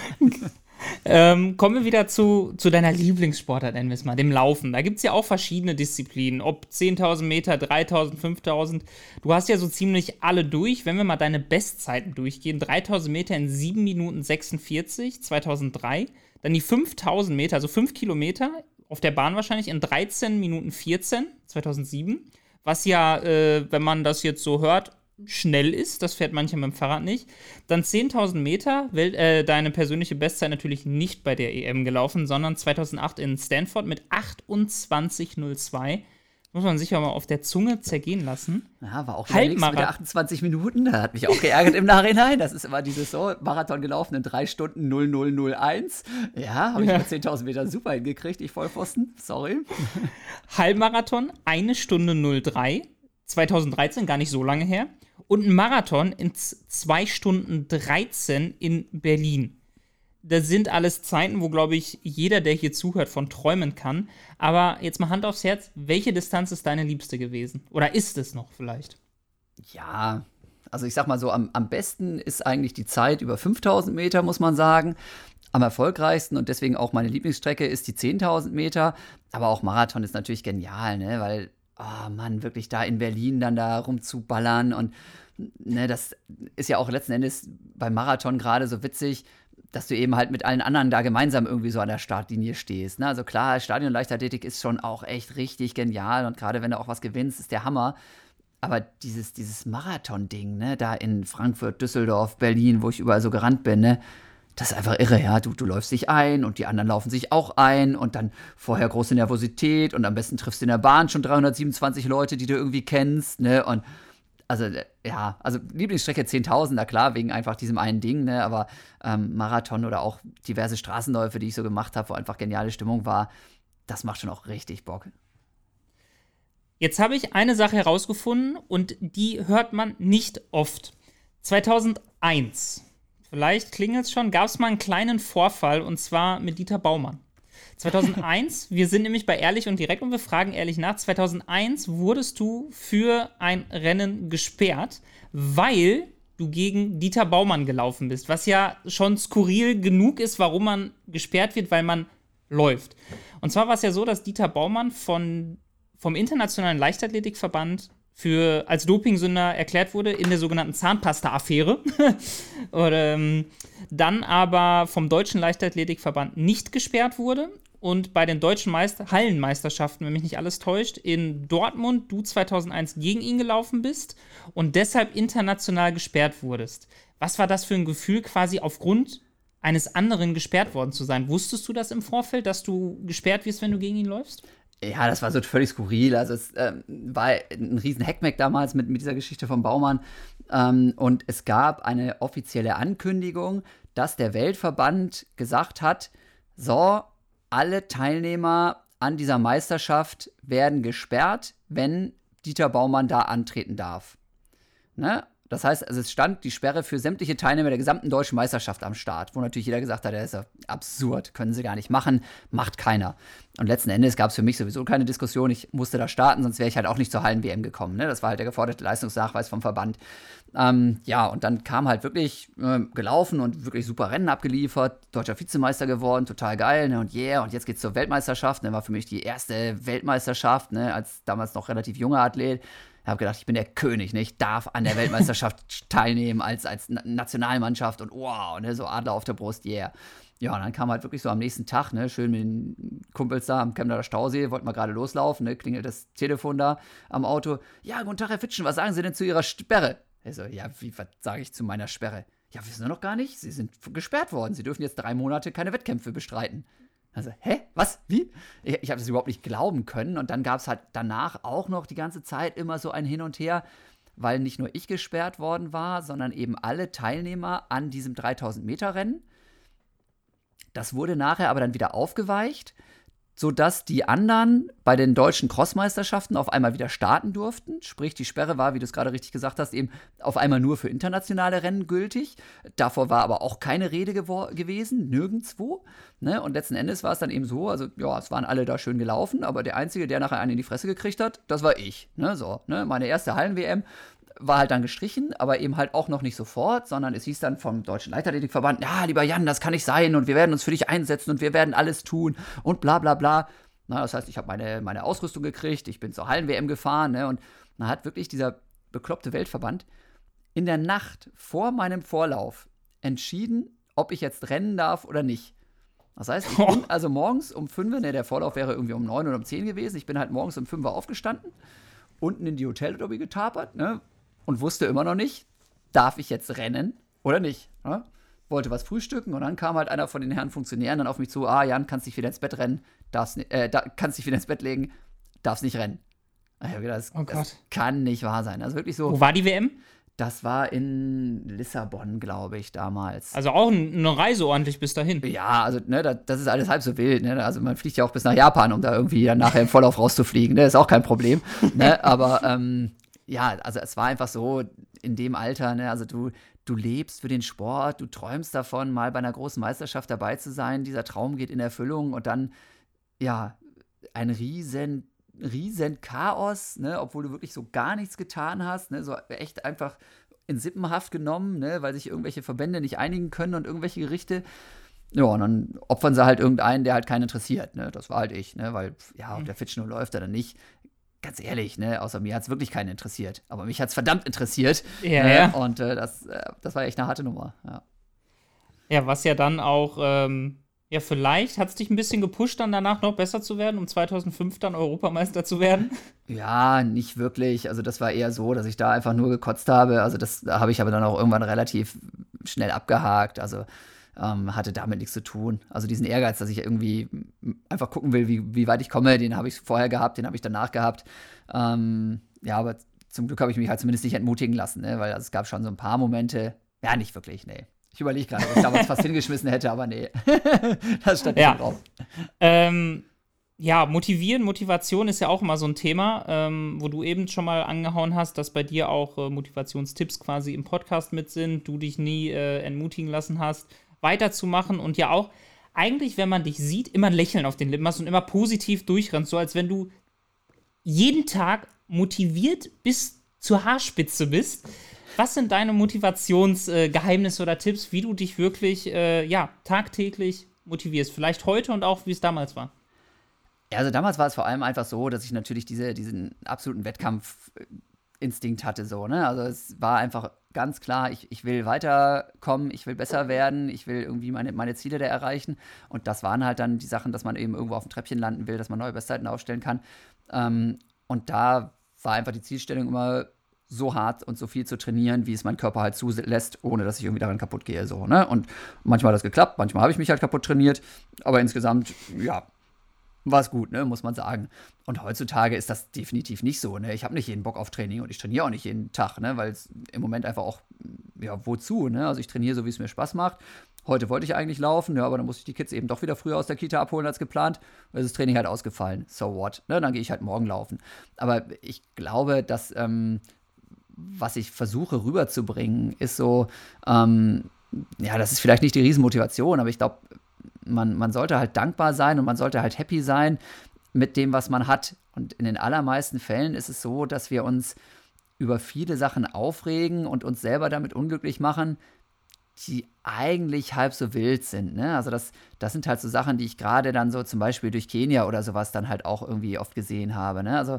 S1: ähm, kommen wir wieder zu, zu deiner Lieblingssportart, nennen wir es mal, dem Laufen. Da gibt es ja auch verschiedene Disziplinen, ob zehntausend Meter, dreitausend, fünftausend. Du hast ja so ziemlich alle durch. Wenn wir mal deine Bestzeiten durchgehen, dreitausend Meter in sieben Minuten sechsundvierzig, zweitausenddrei. Dann die fünftausend Meter, also fünf Kilometer, auf der Bahn wahrscheinlich in dreizehn Minuten vierzehn, zweitausendsieben. Was ja, äh, wenn man das jetzt so hört, schnell ist. Das fährt manche mit dem Fahrrad nicht. Dann zehntausend Meter, Welt, äh, deine persönliche Bestzeit natürlich nicht bei der E M gelaufen, sondern zweitausendacht in Stanford mit achtundzwanzig null zwei. Muss man sich aber mal auf der Zunge zergehen lassen.
S4: Ja, war auch wieder nichts mit der achtundzwanzig Minuten. Das hat mich auch geärgert im Nachhinein. Das ist immer dieses so, Marathon gelaufen in drei Stunden null null null eins. Ja, habe ich
S1: ja.
S4: mit zehntausend Meter super hingekriegt, ich Vollpfosten. Sorry.
S1: Halbmarathon, eine Stunde null drei. zweitausenddreizehn, gar nicht so lange her. Und ein Marathon in zwei Stunden dreizehn in Berlin. Das sind alles Zeiten, wo, glaube ich, jeder, der hier zuhört, von träumen kann. Aber jetzt mal Hand aufs Herz, welche Distanz ist deine liebste gewesen? Oder ist es noch vielleicht?
S4: Ja, Also ich sag mal so, am, am besten ist eigentlich die Zeit über fünftausend Meter, muss man sagen. Am erfolgreichsten und deswegen auch meine Lieblingsstrecke ist die zehntausend Meter. Aber auch Marathon ist natürlich genial, ne? Weil, oh Mann, wirklich da in Berlin dann da rumzuballern. Und ne, das ist ja auch letzten Endes beim Marathon gerade so witzig, dass du eben halt mit allen anderen da gemeinsam irgendwie so an der Startlinie stehst. Ne? Also klar, Stadion-Leichtathletik ist schon auch echt richtig genial. Und gerade wenn du auch was gewinnst, ist der Hammer. Aber dieses, dieses Marathon-Ding, ne, da in Frankfurt, Düsseldorf, Berlin, wo ich überall so gerannt bin, ne, das ist einfach irre, ja. Du, du läufst dich ein und die anderen laufen sich auch ein und dann vorher große Nervosität und am besten triffst du in der Bahn schon dreihundertsiebenundzwanzig Leute, die du irgendwie kennst, ne, und also, ja, also Lieblingsstrecke zehntausend, na klar, wegen einfach diesem einen Ding, ne, aber ähm, Marathon oder auch diverse Straßenläufe, die ich so gemacht habe, wo einfach geniale Stimmung war, das macht schon auch richtig Bock.
S1: Jetzt habe ich eine Sache herausgefunden und die hört man nicht oft. zweitausendeins, vielleicht klingelt es schon, gab es mal einen kleinen Vorfall und zwar mit Dieter Baumann. zweitausendeins, wir sind nämlich bei Ehrlich und Direkt und wir fragen ehrlich nach, zweitausendeins wurdest du für ein Rennen gesperrt, weil du gegen Dieter Baumann gelaufen bist, was ja schon skurril genug ist, warum man gesperrt wird, weil man läuft. Und zwar war es ja so, dass Dieter Baumann von, vom Internationalen Leichtathletikverband für, als Dopingsünder erklärt wurde in der sogenannten Zahnpasta-Affäre. Oder, ähm, dann aber vom Deutschen Leichtathletikverband nicht gesperrt wurde und bei den deutschen Meister- Hallenmeisterschaften, wenn mich nicht alles täuscht, in Dortmund du zweitausendeins gegen ihn gelaufen bist und deshalb international gesperrt wurdest. Was war das für ein Gefühl, quasi aufgrund eines anderen gesperrt worden zu sein? Wusstest du das im Vorfeld, dass du gesperrt wirst, wenn du gegen ihn läufst?
S4: Ja, das war so völlig skurril. Also es ähm, war ein riesen Hackmack damals mit, mit dieser Geschichte von Baumann. Ähm, und es gab eine offizielle Ankündigung, dass der Weltverband gesagt hat, so, alle Teilnehmer an dieser Meisterschaft werden gesperrt, wenn Dieter Baumann da antreten darf. Ne? Das heißt, also es stand die Sperre für sämtliche Teilnehmer der gesamten deutschen Meisterschaft am Start, wo natürlich jeder gesagt hat, das ist ja absurd, können sie gar nicht machen, macht keiner. Und letzten Endes gab es für mich sowieso keine Diskussion, ich musste da starten, sonst wäre ich halt auch nicht zur Hallen-W M gekommen. Ne? Das war halt der geforderte Leistungsnachweis vom Verband. Ähm, ja, und dann kam halt wirklich äh, gelaufen und wirklich super Rennen abgeliefert, deutscher Vizemeister geworden, total geil, ne? Und yeah, und jetzt geht's zur Weltmeisterschaft, ne? War für mich die erste Weltmeisterschaft, ne? Als damals noch relativ junger Athlet. Ich habe gedacht, ich bin der König, ne? Ich darf an der Weltmeisterschaft teilnehmen als, als Nationalmannschaft und wow, ne? So Adler auf der Brust, yeah. Ja, und dann kam halt wirklich so am nächsten Tag, ne? Schön mit den Kumpels da am Chemnader Stausee, wollten wir gerade loslaufen, ne? Klingelt das Telefon da am Auto. Ja, guten Tag, Herr Fitschen, was sagen Sie denn zu Ihrer Sperre? Ich so, ja, wie, was sage ich zu meiner Sperre? Ja, wissen Sie noch gar nicht? Sie sind gesperrt worden. Sie dürfen jetzt drei Monate keine Wettkämpfe bestreiten. Also, hä? Was? Wie? Ich, ich habe das überhaupt nicht glauben können. Und dann gab es halt danach auch noch die ganze Zeit immer so ein Hin und Her, weil nicht nur ich gesperrt worden war, sondern eben alle Teilnehmer an diesem dreitausend-Meter-Rennen. Das wurde nachher aber dann wieder aufgeweicht, sodass die anderen bei den deutschen Crossmeisterschaften auf einmal wieder starten durften. Sprich, die Sperre war, wie du es gerade richtig gesagt hast, eben auf einmal nur für internationale Rennen gültig. Davor war aber auch keine Rede gewo- gewesen, nirgendwo. Ne? Und letzten Endes war es dann eben so, also ja, es waren alle da schön gelaufen, aber der Einzige, der nachher einen in die Fresse gekriegt hat, das war ich. Ne? So, ne? Meine erste Hallen-W M war halt dann gestrichen, aber eben halt auch noch nicht sofort, sondern es hieß dann vom Deutschen Leichtathletikverband, ja, lieber Jan, das kann nicht sein und wir werden uns für dich einsetzen und wir werden alles tun und bla bla bla. Na, das heißt, ich habe meine, meine Ausrüstung gekriegt, ich bin zur Hallen-W M gefahren, ne, und dann hat wirklich dieser bekloppte Weltverband in der Nacht vor meinem Vorlauf entschieden, ob ich jetzt rennen darf oder nicht. Das heißt, ich bin also morgens um fünf, ne, der Vorlauf wäre irgendwie um neun oder um zehn gewesen, ich bin halt morgens um fünf aufgestanden, unten in die Hotellobby getapert, ne, und wusste immer noch nicht, darf ich jetzt rennen oder nicht. Ne? Wollte was frühstücken und dann kam halt einer von den Herren Funktionären dann auf mich zu, ah, Jan, kannst dich wieder ins Bett rennen, darfst, äh, da, kannst dich wieder ins Bett legen, darfst nicht rennen. Ich habe gedacht, das,
S1: oh
S4: das kann nicht wahr sein. Also wirklich so.
S1: Wo war die W M?
S4: Das war in Lissabon, glaube ich, damals.
S1: Also auch eine Reise ordentlich bis dahin.
S4: Ja, also ne, das ist alles halb so wild. Ne? Also man fliegt ja auch bis nach Japan, um da irgendwie dann nachher im Vorlauf rauszufliegen. Ne? Ist auch kein Problem. Ne? Aber ähm, ja, also es war einfach so, in dem Alter, ne, also du, du lebst für den Sport, du träumst davon, mal bei einer großen Meisterschaft dabei zu sein, dieser Traum geht in Erfüllung und dann, ja, ein riesen, riesen Chaos, ne, obwohl du wirklich so gar nichts getan hast, ne, so echt einfach in Sippenhaft genommen, ne, weil sich irgendwelche Verbände nicht einigen können und irgendwelche Gerichte. Ja, und dann opfern sie halt irgendeinen, der halt keinen interessiert. Ne? Das war halt ich, ne? Weil, ja, ob der Fitch nur läuft oder nicht, ganz ehrlich, ne? Außer mir hat es wirklich keinen interessiert. Aber mich hat es verdammt interessiert.
S1: Ja,
S4: ne?
S1: ja.
S4: Und äh, das, äh, das war echt eine harte Nummer, ja.
S1: Ja, was ja dann auch, ähm, ja, vielleicht hat es dich ein bisschen gepusht, dann danach noch besser zu werden, um zweitausendfünf dann Europameister zu werden?
S4: Ja, nicht wirklich. Also das war eher so, dass ich da einfach nur gekotzt habe. Also das da habe ich aber dann auch irgendwann relativ schnell abgehakt. Also ähm, hatte damit nichts zu tun. Also diesen Ehrgeiz, dass ich irgendwie einfach gucken will, wie, wie weit ich komme, den habe ich vorher gehabt, den habe ich danach gehabt. Ähm, ja, aber zum Glück habe ich mich halt zumindest nicht entmutigen lassen, ne? Weil also, es gab schon so ein paar Momente, ja, nicht wirklich, nee. Ich überlege gerade, ob ich damals fast hingeschmissen hätte, aber nee. Das stand nicht
S1: Ja.
S4: drauf.
S1: Ähm, ja, motivieren, Motivation ist ja auch immer so ein Thema, ähm, wo du eben schon mal angehauen hast, dass bei dir auch äh, Motivationstipps quasi im Podcast mit sind, du dich nie äh, entmutigen lassen hast, weiterzumachen und ja auch eigentlich, wenn man dich sieht, immer ein Lächeln auf den Lippen hast und immer positiv durchrennst, so als wenn du jeden Tag motiviert bis zur Haarspitze bist. Was sind deine Motivationsgeheimnisse äh, oder Tipps, wie du dich wirklich äh, ja, tagtäglich motivierst? Vielleicht heute und auch, wie es damals war.
S4: Ja, also damals war es vor allem einfach so, dass ich natürlich diese, diesen absoluten Wettkampfinstinkt hatte, so, ne? Also es war einfach ganz klar, ich, ich will weiterkommen, ich will besser werden, ich will irgendwie meine, meine Ziele da erreichen. Und das waren halt dann die Sachen, dass man eben irgendwo auf dem Treppchen landen will, dass man neue Bestzeiten aufstellen kann. Ähm, und da war einfach die Zielstellung immer so hart und so viel zu trainieren, wie es mein Körper halt zulässt, ohne dass ich irgendwie daran kaputt gehe, so, ne? Und manchmal hat das geklappt, manchmal habe ich mich halt kaputt trainiert, aber insgesamt, ja, war es gut, ne, muss man sagen. Und heutzutage ist das definitiv nicht so, ne? Ich habe nicht jeden Bock auf Training und ich trainiere auch nicht jeden Tag, ne? Weil es im Moment einfach auch, ja, wozu, ne? Also ich trainiere so, wie es mir Spaß macht. Heute wollte ich eigentlich laufen, ja, aber dann musste ich die Kids eben doch wieder früher aus der Kita abholen als geplant. Da ist das Training halt ausgefallen. So what? Ne? Dann gehe ich halt morgen laufen. Aber ich glaube, dass, ähm, was ich versuche rüberzubringen, ist so, ähm, ja, das ist vielleicht nicht die Riesenmotivation, aber ich glaube, man, man sollte halt dankbar sein und man sollte halt happy sein mit dem, was man hat. Und in den allermeisten Fällen ist es so, dass wir uns über viele Sachen aufregen und uns selber damit unglücklich machen, die eigentlich halb so wild sind, ne? Also das, das sind halt so Sachen, die ich gerade dann so zum Beispiel durch Kenia oder sowas dann halt auch irgendwie oft gesehen habe, ne? Also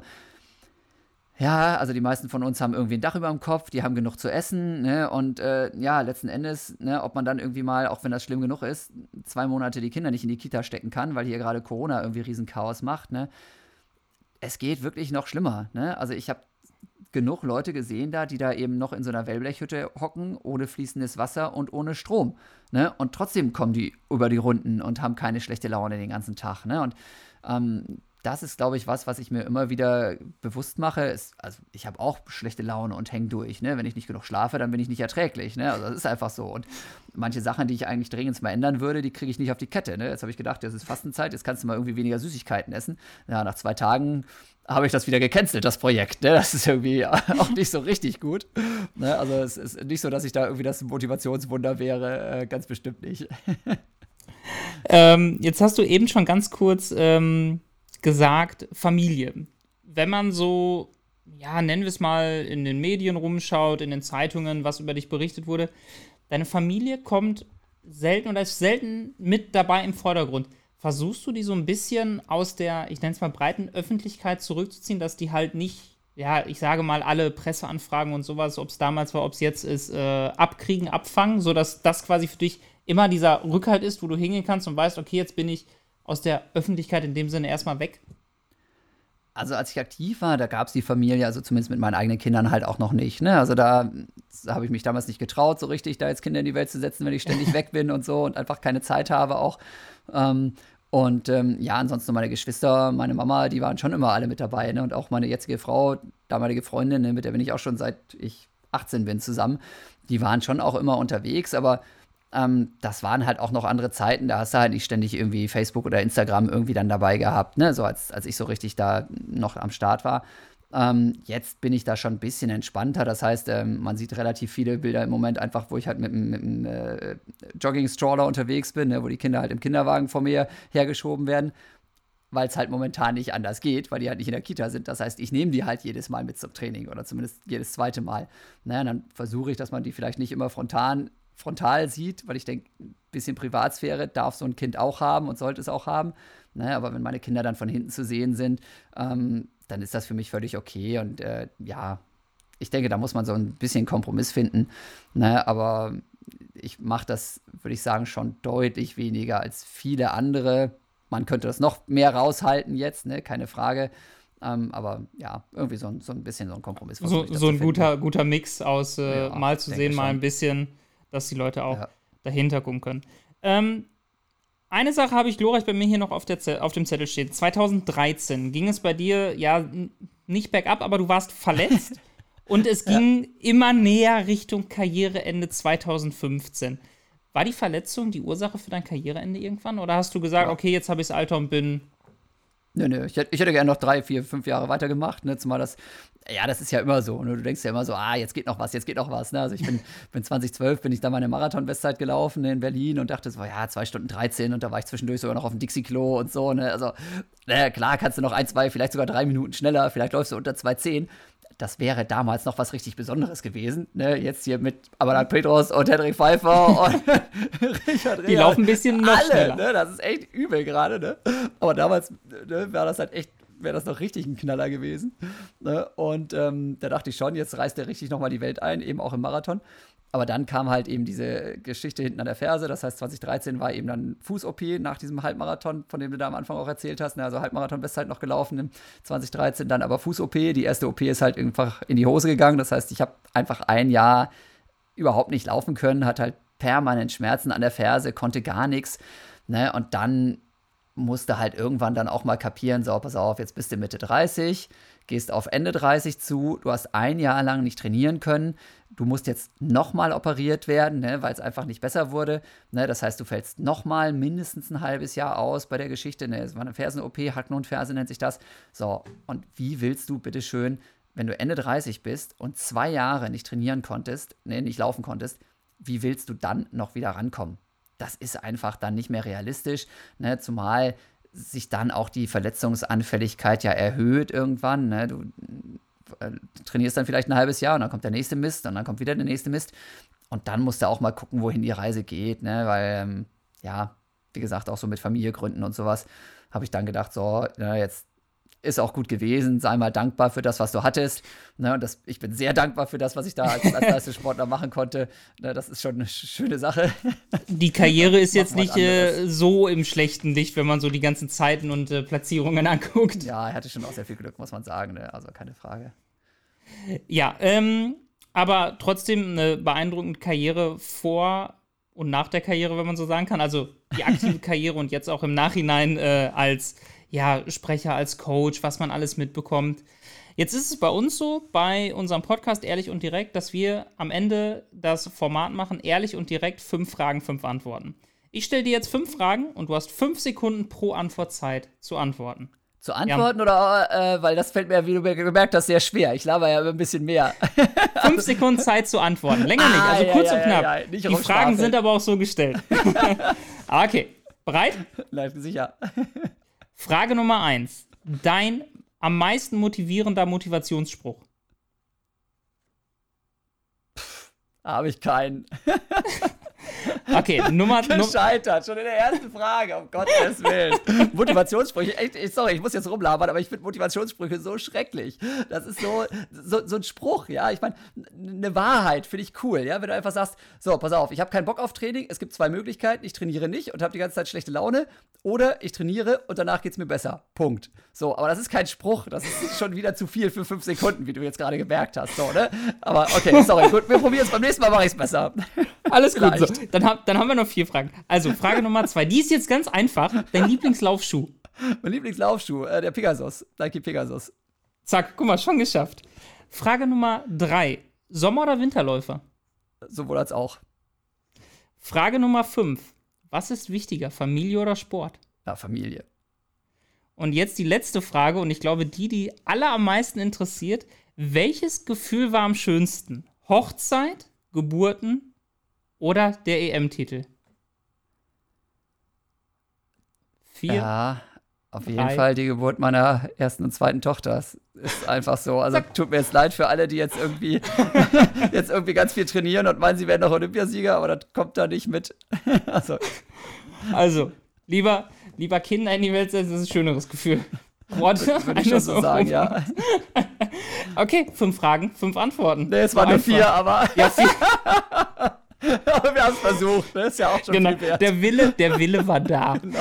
S4: ja, also die meisten von uns haben irgendwie ein Dach über dem Kopf, die haben genug zu essen, ne? Und äh, ja, letzten Endes, ne, ob man dann irgendwie mal, auch wenn das schlimm genug ist, zwei Monate die Kinder nicht in die Kita stecken kann, weil hier gerade Corona irgendwie Riesenchaos macht, ne? Es geht wirklich noch schlimmer, ne? Also ich habe genug Leute gesehen da, die da eben noch in so einer Wellblechhütte hocken, ohne fließendes Wasser und ohne Strom, ne? Und trotzdem kommen die über die Runden und haben keine schlechte Laune den ganzen Tag, ne? Und ähm, das ist, glaube ich, was, was ich mir immer wieder bewusst mache. Ist, also ich habe auch schlechte Laune und hänge durch, ne? Wenn ich nicht genug schlafe, dann bin ich nicht erträglich, ne? Also das ist einfach so. Und manche Sachen, die ich eigentlich dringend mal ändern würde, die kriege ich nicht auf die Kette, ne? Jetzt habe ich gedacht, das ist Fastenzeit, jetzt kannst du mal irgendwie weniger Süßigkeiten essen. Ja, nach zwei Tagen habe ich das wieder gecancelt, das Projekt, ne? Das ist irgendwie auch nicht so richtig gut, ne? Also es ist nicht so, dass ich da irgendwie das Motivationswunder wäre, äh, ganz bestimmt nicht.
S1: ähm, jetzt hast du eben schon ganz kurz ähm gesagt, Familie. Wenn man so, ja, nennen wir es mal, in den Medien rumschaut, in den Zeitungen, was über dich berichtet wurde, deine Familie kommt selten oder ist selten mit dabei im Vordergrund. Versuchst du die so ein bisschen aus der, ich nenne es mal, breiten Öffentlichkeit zurückzuziehen, dass die halt nicht, ja, ich sage mal, alle Presseanfragen und sowas, ob es damals war, ob es jetzt ist, äh, abkriegen, abfangen, sodass das quasi für dich immer dieser Rückhalt ist, wo du hingehen kannst und weißt, okay, jetzt bin ich aus der Öffentlichkeit in dem Sinne erstmal weg?
S4: Also als ich aktiv war, da gab es die Familie, also zumindest mit meinen eigenen Kindern halt auch noch nicht, ne? Also da, da habe ich mich damals nicht getraut, so richtig da jetzt Kinder in die Welt zu setzen, wenn ich ständig weg bin und so und einfach keine Zeit habe auch. Ähm, und ähm, ja, ansonsten meine Geschwister, meine Mama, die waren schon immer alle mit dabei, ne? Und auch meine jetzige Frau, damalige Freundin, ne? Mit der bin ich auch schon seit ich achtzehn bin zusammen, die waren schon auch immer unterwegs, aber Ähm, das waren halt auch noch andere Zeiten, da hast du halt nicht ständig irgendwie Facebook oder Instagram irgendwie dann dabei gehabt, ne? So als, als ich so richtig da noch am Start war. Ähm, jetzt bin ich da schon ein bisschen entspannter, das heißt, ähm, man sieht relativ viele Bilder im Moment einfach, wo ich halt mit einem äh, Jogging-Stroller unterwegs bin, ne? Wo die Kinder halt im Kinderwagen vor mir hergeschoben werden. weil es halt momentan nicht anders geht, weil die halt nicht in der Kita sind. Das heißt, ich nehme die halt jedes Mal mit zum Training oder zumindest jedes zweite Mal. Naja, dann versuche ich, dass man die vielleicht nicht immer frontal, frontal sieht, weil ich denke, ein bisschen Privatsphäre darf so ein Kind auch haben und sollte es auch haben. Naja, aber wenn meine Kinder dann von hinten zu sehen sind, ähm, dann ist das für mich völlig okay. Und äh, ja, ich denke, da muss man so ein bisschen Kompromiss finden. Naja, aber ich mache das, würde ich sagen, schon deutlich weniger als viele andere. Man könnte das noch mehr raushalten jetzt, ne? Keine Frage. Ähm, aber ja, irgendwie so, so ein bisschen so ein Kompromiss.
S1: So, so ein guter, guter Mix aus äh,
S4: ja,
S1: mal zu sehen, mal ein bisschen, dass die Leute auch ja. dahinter gucken können. Ähm, eine Sache habe ich glorreich bei mir hier noch auf, der Z- auf dem Zettel stehen. zwanzig dreizehn ging es bei dir, ja, n- nicht bergab, aber du warst verletzt. Und es ging ja. immer näher Richtung Karriereende zwanzig fünfzehn. War die Verletzung die Ursache für dein Karriereende irgendwann? Oder hast du gesagt, ja. okay, jetzt habe ich das Alter und bin...
S4: Nö, nö, ich hätte, ich hätte gerne noch drei, vier, fünf Jahre weitergemacht, ne, zumal das, ja, das ist ja immer so, ne? Du denkst ja immer so, ah, jetzt geht noch was, jetzt geht noch was, ne, also ich bin, bin zwanzig zwölf, bin ich da meine Marathon-Bestzeit gelaufen, ne, in Berlin und dachte so, ja, zwei Stunden dreizehn und da war ich zwischendurch sogar noch auf dem Dixie-Klo und so, ne, also, na, klar kannst du noch ein, zwei, vielleicht sogar drei Minuten schneller, vielleicht läufst du unter zwei zehn. Das wäre damals noch was richtig Besonderes gewesen. Ne? Jetzt hier mit Abadan Petros und Hendrik Pfeiffer und Richard Reher.
S1: Die laufen ein bisschen noch
S4: alle,
S1: schneller.
S4: Ne? Das ist echt übel gerade. Ne? Aber damals ne, war das halt echt, wäre das noch richtig ein Knaller gewesen. Ne? Und ähm, da dachte ich schon, jetzt reißt der richtig nochmal die Welt ein, eben auch im Marathon. Aber dann kam halt eben diese Geschichte hinten an der Ferse. Das heißt, zwanzig dreizehn war eben dann Fuß-O P nach diesem Halbmarathon, von dem du da am Anfang auch erzählt hast. Also Halbmarathon-Bestzeit noch gelaufen im zwanzig dreizehn, dann aber Fuß-O P. Die erste O P ist halt einfach in die Hose gegangen. Das heißt, ich habe einfach ein Jahr überhaupt nicht laufen können, hatte halt permanent Schmerzen an der Ferse, konnte gar nichts. Ne? Und dann musste halt irgendwann dann auch mal kapieren, so, pass auf, jetzt bist du Mitte dreißig, gehst auf Ende dreißig zu, du hast ein Jahr lang nicht trainieren können, du musst jetzt nochmal operiert werden, ne, weil es einfach nicht besser wurde. Ne, das heißt, du fällst nochmal mindestens ein halbes Jahr aus bei der Geschichte. Ne, es war eine Fersen-O P, Hacken und Ferse nennt sich das. So, und wie willst du bitteschön, wenn du Ende dreißig bist und zwei Jahre nicht trainieren konntest, ne, nicht laufen konntest, wie willst du dann noch wieder rankommen? Das ist einfach dann nicht mehr realistisch, ne, zumal sich dann auch die Verletzungsanfälligkeit ja erhöht irgendwann. Ne? Du äh, trainierst dann vielleicht ein halbes Jahr und dann kommt der nächste Mist und dann kommt wieder der nächste Mist. Und dann musst du auch mal gucken, wohin die Reise geht. Ne? Weil, ähm, ja, wie gesagt, auch so mit Familie gründen und sowas, habe ich dann gedacht, so, na, jetzt ist auch gut gewesen, sei mal dankbar für das, was du hattest. Ne, und das, ich bin sehr dankbar für das, was ich da als, als Leistungssportler machen konnte. Ne, das ist schon eine schöne Sache.
S1: Die Karriere ist jetzt nicht äh, so im schlechten Licht, wenn man so die ganzen Zeiten und äh, Platzierungen anguckt.
S4: Ja, er hatte schon auch sehr viel Glück, muss man sagen. Ne? Also keine Frage.
S1: Ja, ähm, aber trotzdem eine beeindruckende Karriere vor und nach der Karriere, wenn man so sagen kann. Also die aktive Karriere und jetzt auch im Nachhinein äh, als ja, Sprecher, als Coach, was man alles mitbekommt. Jetzt ist es bei uns so, bei unserem Podcast Ehrlich und Direkt, dass wir am Ende das Format machen, ehrlich und direkt, fünf Fragen, fünf Antworten. Ich stelle dir jetzt fünf Fragen und du hast fünf Sekunden pro Antwort Zeit zu antworten.
S4: Zu antworten ja. oder, äh, weil das fällt mir, wie du gemerkt hast, sehr schwer. Ich laber ja immer ein bisschen mehr.
S1: Fünf Sekunden Zeit zu antworten, länger nicht, also
S4: ah,
S1: kurz
S4: ja,
S1: und knapp.
S4: ja, ja, nicht
S1: Die Fragen sind aber auch so gestellt. Okay, bereit?
S4: Live sicher.
S1: Frage Nummer eins. Dein am meisten motivierender Motivationsspruch?
S4: Habe ich keinen.
S1: Okay, Nummer...
S4: Gescheitert, schon in der ersten Frage, um Gottes Willen. Motivationssprüche, echt, sorry, ich muss jetzt rumlabern, aber ich finde Motivationssprüche so schrecklich. Das ist so, so, so ein Spruch, ja. Ich meine, eine Wahrheit finde ich cool, ja. Wenn du einfach sagst, so, pass auf, ich habe keinen Bock auf Training, es gibt zwei Möglichkeiten, ich trainiere nicht und habe die ganze Zeit schlechte Laune oder ich trainiere und danach geht's mir besser. Punkt. So, aber das ist kein Spruch, das ist schon wieder zu viel für fünf Sekunden, wie du jetzt gerade gemerkt hast, so, ne? Aber okay, sorry, gut, wir probieren es, beim nächsten Mal mache ich es besser.
S1: Alles gut, so. Dann, hab, dann haben wir noch vier Fragen. Also, Frage Nummer zwei. Die ist jetzt ganz einfach. Dein Lieblingslaufschuh?
S4: Mein Lieblingslaufschuh, äh, der Pegasus. Nike Pegasus.
S1: Zack, guck mal, schon geschafft. Frage Nummer drei. Sommer- oder Winterläufer?
S4: Sowohl als auch.
S1: Frage Nummer fünf. Was ist wichtiger, Familie oder Sport?
S4: Ja, Familie.
S1: Und jetzt die letzte Frage und ich glaube, die, die alle am meisten interessiert. Welches Gefühl war am schönsten? Hochzeit, Geburten oder der E M-Titel? Vier,
S4: ja, Auf jeden
S1: Drei.
S4: Fall die Geburt meiner ersten und zweiten Tochter. Das ist einfach so. Also tut mir jetzt leid für alle, die jetzt irgendwie, jetzt irgendwie ganz viel trainieren und meinen, sie werden noch Olympiasieger, aber das kommt da nicht mit. Also,
S1: Also, lieber, lieber Kinder in die Welt setzen, das ist ein schöneres Gefühl. Worte
S4: würde ich schon so sagen, ja.
S1: Okay, fünf Fragen, fünf Antworten.
S4: Nee, es waren nur
S1: Einfach.
S4: vier, aber,
S1: Ja, vier.
S4: aber wir haben es versucht. Das ist ja auch schon
S1: Genau,
S4: viel wert.
S1: der Wille, der Wille war da.
S4: Genau.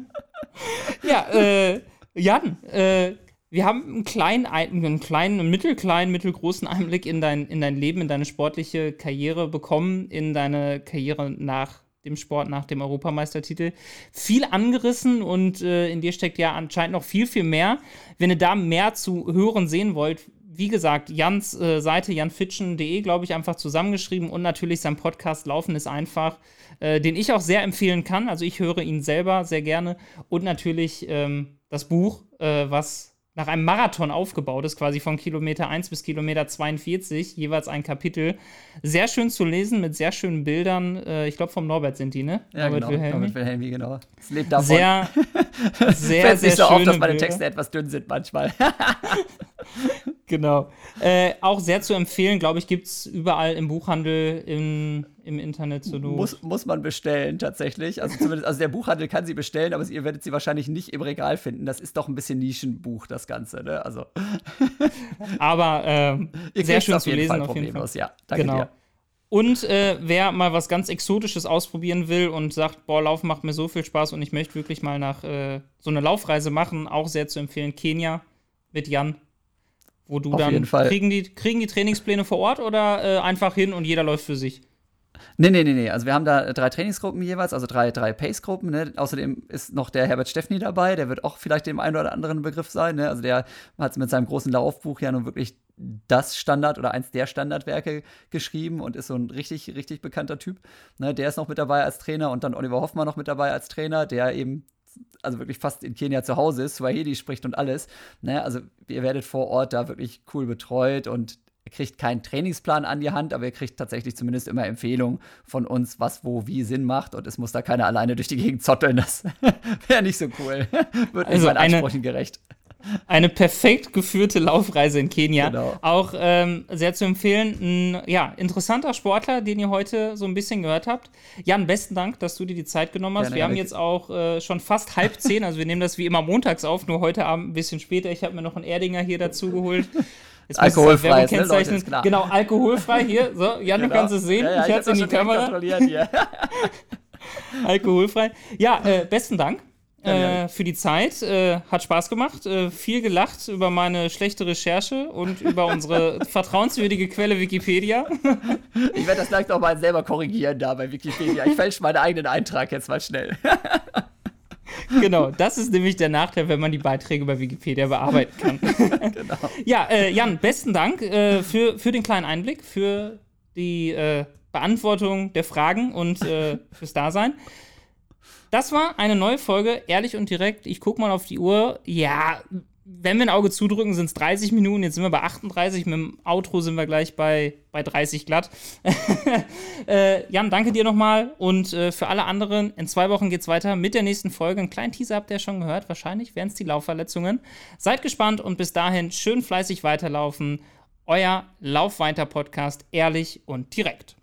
S1: Ja, äh, Jan, äh, wir haben einen kleinen, einen kleinen, einen mittelkleinen, mittelgroßen Einblick in dein, in dein Leben, in deine sportliche Karriere bekommen, in deine Karriere nach dem Sport, nach dem Europameistertitel. Viel angerissen und äh, in dir steckt ja anscheinend noch viel, viel mehr. Wenn ihr da mehr zu hören sehen wollt, wie gesagt, Jans äh, Seite jan fitschen punkt de, glaube ich, einfach zusammengeschrieben und natürlich sein Podcast Laufen ist einfach, äh, den ich auch sehr empfehlen kann. Also ich höre ihn selber sehr gerne und natürlich ähm, das Buch, äh, was nach einem Marathon aufgebaut ist, quasi von Kilometer eins bis Kilometer zweiundvierzig, jeweils ein Kapitel. Sehr schön zu lesen, mit sehr schönen Bildern. Äh, ich glaube, vom Norbert sind die, ne?
S4: Ja,
S1: Norbert
S4: genau.
S1: Wilhelmi.
S4: Norbert Wilhelmi, genau. Es lebt davon.
S1: Sehr, sehr,
S4: Fällt
S1: sehr
S4: nicht so auf,
S1: schöne
S4: dass meine
S1: Bilder.
S4: Texte etwas dünn sind manchmal.
S1: Genau. Äh, auch sehr zu empfehlen, glaube ich, gibt es überall im Buchhandel, im, im Internet zur Not.
S4: Muss, muss man bestellen, tatsächlich. Also zumindest, also der Buchhandel kann sie bestellen, aber ihr werdet sie wahrscheinlich nicht im Regal finden. Das ist doch ein bisschen Nischenbuch, das Ganze, ne? Also.
S1: Aber ähm,
S4: Ihr
S1: sehr
S4: kriegt's
S1: schön
S4: auf
S1: zu
S4: jeden
S1: lesen,
S4: Fall
S1: auf jeden Fall.
S4: problemlos, ja. Danke
S1: Genau.
S4: dir.
S1: Und äh, wer mal was ganz Exotisches ausprobieren will und sagt, boah, Laufen macht mir so viel Spaß und ich möchte wirklich mal nach äh, so eine Laufreise machen, auch sehr zu empfehlen, Kenia mit Jan. Wo du
S4: Auf
S1: dann,
S4: jeden Fall.
S1: Kriegen, die, kriegen die Trainingspläne vor Ort oder äh, einfach hin und jeder läuft für sich?
S4: Nee, nee, nee, nee. Also wir haben da drei Trainingsgruppen jeweils, also drei, drei Pace-Gruppen. Ne? Außerdem ist noch der Herbert Steffny dabei, der wird auch vielleicht dem einen oder anderen Begriff sein. Ne? Also der hat mit seinem großen Laufbuch ja nun wirklich das Standard oder eins der Standardwerke geschrieben und ist so ein richtig, richtig bekannter Typ. Ne? Der ist noch mit dabei als Trainer und dann Oliver Hoffmann noch mit dabei als Trainer, der eben also wirklich fast in Kenia zu Hause ist, Swahili spricht und alles. Ne? Also ihr werdet vor Ort da wirklich cool betreut und ihr kriegt keinen Trainingsplan an die Hand, aber ihr kriegt tatsächlich zumindest immer Empfehlungen von uns, was wo wie Sinn macht und es muss da keiner alleine durch die Gegend zotteln. Das wäre nicht so cool. Wird
S1: Also
S4: nicht meinen
S1: eine-
S4: Ansprüchen gerecht.
S1: Eine perfekt geführte Laufreise in Kenia.
S4: Genau.
S1: Auch ähm, sehr zu empfehlen. Ein ja, interessanter Sportler, den ihr heute so ein bisschen gehört habt. Jan, besten Dank, dass du dir die Zeit genommen hast.
S4: Gerne,
S1: wir haben
S4: gerne.
S1: jetzt auch äh, schon fast halb zehn, also wir nehmen das wie immer montags auf, nur heute Abend ein bisschen später. Ich habe mir noch einen Erdinger hier dazu geholt. Jetzt muss ich
S4: Alkoholfrei
S1: Werbung
S4: ist, ne, Leute,
S1: kennzeichnen.
S4: ist klar.
S1: Genau, alkoholfrei hier. So, Jan, du
S4: Genau.
S1: kannst es sehen.
S4: Ja, ja,
S1: ich halte es
S4: hab
S1: in die
S4: das schon direkt
S1: Kamera.
S4: kontrolliert hier.
S1: Alkoholfrei. Ja, äh, besten Dank.
S4: Ja, gerne.
S1: Äh, für die Zeit. Äh, hat Spaß gemacht. Äh, viel gelacht über meine schlechte Recherche und über unsere vertrauenswürdige Quelle Wikipedia.
S4: Ich werde das gleich noch mal selber korrigieren da bei Wikipedia. Ich fälsche meinen eigenen Eintrag jetzt mal schnell.
S1: Genau, das ist nämlich der Nachteil, wenn man die Beiträge bei Wikipedia bearbeiten kann.
S4: Genau.
S1: Ja, äh, Jan, besten Dank äh, für, für den kleinen Einblick, für die äh, Beantwortung der Fragen und äh, fürs Dasein. Das war eine neue Folge, ehrlich und direkt. Ich gucke mal auf die Uhr. Ja, wenn wir ein Auge zudrücken, sind es dreißig Minuten. Jetzt sind wir bei achtunddreißig. Mit dem Outro sind wir gleich bei, bei dreißig glatt. äh, Jan, danke dir nochmal. Und äh, für alle anderen, in zwei Wochen geht's weiter mit der nächsten Folge. Einen kleinen Teaser habt ihr schon gehört. Wahrscheinlich wären es die Laufverletzungen. Seid gespannt und bis dahin schön fleißig weiterlaufen. Euer Laufweiter-Podcast, ehrlich und direkt.